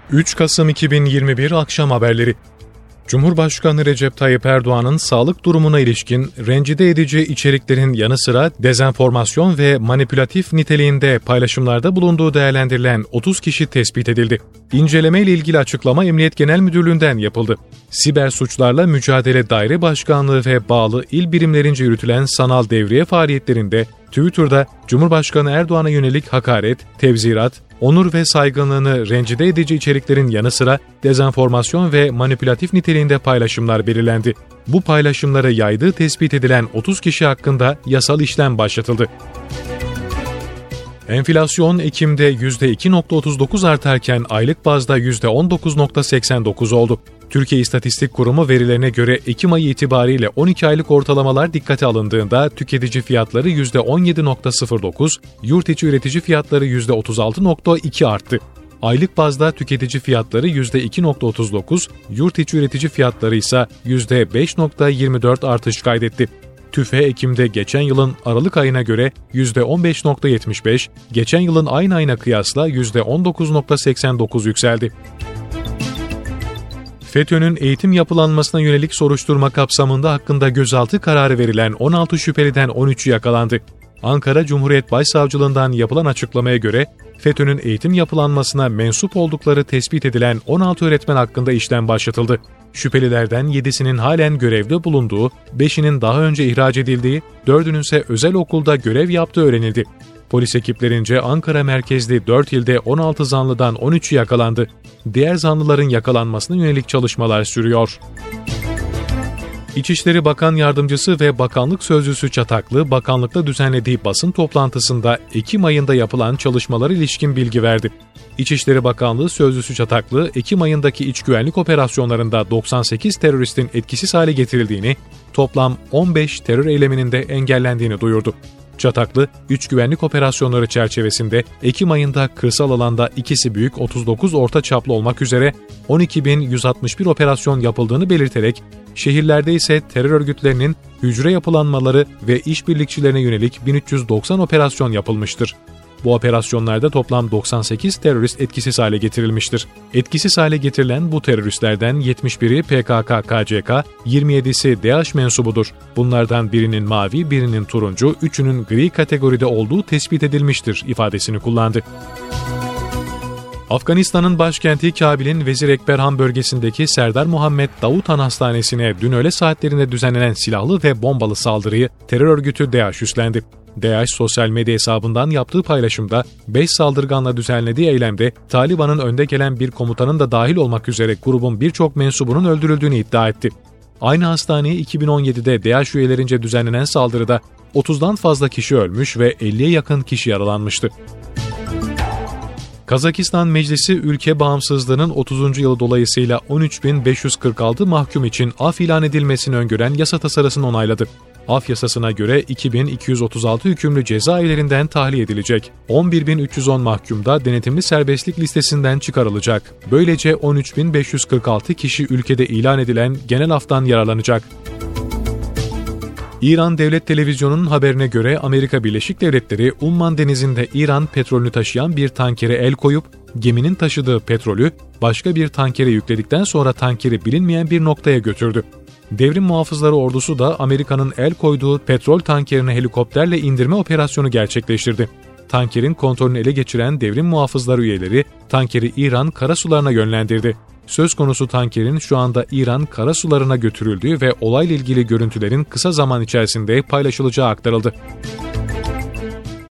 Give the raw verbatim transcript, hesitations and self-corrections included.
üç Kasım iki bin yirmi bir Akşam Haberleri. Cumhurbaşkanı Recep Tayyip Erdoğan'ın sağlık durumuna ilişkin rencide edici içeriklerin yanı sıra dezenformasyon ve manipülatif niteliğinde paylaşımlarda bulunduğu değerlendirilen otuz kişi tespit edildi. İnceleme ile ilgili açıklama Emniyet Genel Müdürlüğü'nden yapıldı. Siber Suçlarla Mücadele Daire Başkanlığı ve bağlı il birimlerince yürütülen sanal devriye faaliyetlerinde Twitter'da Cumhurbaşkanı Erdoğan'a yönelik hakaret, tevzirat, onur ve saygınlığını rencide edici içeriklerin yanı sıra dezenformasyon ve manipülatif niteliğinde paylaşımlar belirlendi. Bu paylaşımları yaydığı tespit edilen otuz kişi hakkında yasal işlem başlatıldı. Enflasyon Ekim'de yüzde iki virgül otuz dokuz artarken aylık bazda yüzde on dokuz virgül seksen dokuz oldu. Türkiye İstatistik Kurumu verilerine göre Ekim ayı itibariyle on iki aylık ortalamalar dikkate alındığında tüketici fiyatları yüzde on yedi virgül sıfır dokuz, yurt içi üretici fiyatları yüzde otuz altı virgül iki arttı. Aylık bazda tüketici fiyatları yüzde iki virgül otuz dokuz, yurt içi üretici fiyatları ise yüzde beş virgül yirmi dört artış kaydetti. TÜFE Ekim'de geçen yılın Aralık ayına göre yüzde on beş virgül yetmiş beş, geçen yılın aynı ayına kıyasla yüzde on dokuz virgül seksen dokuz yükseldi. FETÖ'nün eğitim yapılanmasına yönelik soruşturma kapsamında hakkında gözaltı kararı verilen on altı şüpheliden on üçü yakalandı. Ankara Cumhuriyet Başsavcılığından yapılan açıklamaya göre FETÖ'nün eğitim yapılanmasına mensup oldukları tespit edilen on altı öğretmen hakkında işlem başlatıldı. Şüphelilerden yedisinin halen görevde bulunduğu, beşinin daha önce ihraç edildiği, dördünün ise özel okulda görev yaptığı öğrenildi. Polis ekiplerince Ankara merkezli dört ilde on altı zanlıdan on üçü yakalandı. Diğer zanlıların yakalanmasına yönelik çalışmalar sürüyor. İçişleri Bakan Yardımcısı ve Bakanlık Sözcüsü Çataklı, bakanlıkta düzenlediği basın toplantısında Ekim ayında yapılan çalışmalara ilişkin bilgi verdi. İçişleri Bakanlığı Sözcüsü Çataklı, Ekim ayındaki iç güvenlik operasyonlarında doksan sekiz teröristin etkisiz hale getirildiğini, toplam on beş terör eyleminin de engellendiğini duyurdu. Çataklı, iç güvenlik operasyonları çerçevesinde Ekim ayında kırsal alanda ikisi büyük otuz dokuz orta çaplı olmak üzere on iki bin yüz altmış bir operasyon yapıldığını belirterek, şehirlerde ise terör örgütlerinin hücre yapılanmaları ve işbirlikçilerine yönelik bin üç yüz doksan operasyon yapılmıştır. Bu operasyonlarda toplam doksan sekiz terörist etkisiz hale getirilmiştir. Etkisiz hale getirilen bu teröristlerden yetmiş biri P K K K C K, yirmi yedisi DAEŞ mensubudur. Bunlardan birinin mavi, birinin turuncu, üçünün gri kategoride olduğu tespit edilmiştir ifadesini kullandı. Afganistan'ın başkenti Kabil'in Vezir Ekberhan bölgesindeki Serdar Muhammed Davut Han Hastanesi'ne dün öğle saatlerinde düzenlenen silahlı ve bombalı saldırıyı terör örgütü DAEŞ üstlendi. DAEŞ sosyal medya hesabından yaptığı paylaşımda beş saldırganla düzenlediği eylemde Taliban'ın önde gelen bir komutanın da dahil olmak üzere grubun birçok mensubunun öldürüldüğünü iddia etti. Aynı hastaneye iki bin on yedide DAEŞ üyelerince düzenlenen saldırıda otuzdan fazla kişi ölmüş ve elliye yakın kişi yaralanmıştı. Kazakistan Meclisi ülke bağımsızlığının otuzuncu yılı dolayısıyla on üç bin beş yüz kırk altı mahkum için af ilan edilmesini öngören yasa tasarısını onayladı. Af yasasına göre iki bin iki yüz otuz altı hükümlü cezaevlerinden tahliye edilecek. on bir bin üç yüz on mahkum da denetimli serbestlik listesinden çıkarılacak. Böylece on üç bin beş yüz kırk altı kişi ülkede ilan edilen genel aftan yararlanacak. İran Devlet Televizyonu'nun haberine göre Amerika Birleşik Devletleri, Umman Denizi'nde İran petrolünü taşıyan bir tankere el koyup, geminin taşıdığı petrolü başka bir tankere yükledikten sonra tankeri bilinmeyen bir noktaya götürdü. Devrim Muhafızları Ordusu da Amerika'nın el koyduğu petrol tankerini helikopterle indirme operasyonu gerçekleştirdi. Tankerin kontrolünü ele geçiren Devrim Muhafızları üyeleri tankeri İran karasularına yönlendirdi. Söz konusu tankerin şu anda İran karasularına götürüldüğü ve olayla ilgili görüntülerin kısa zaman içerisinde paylaşılacağı aktarıldı.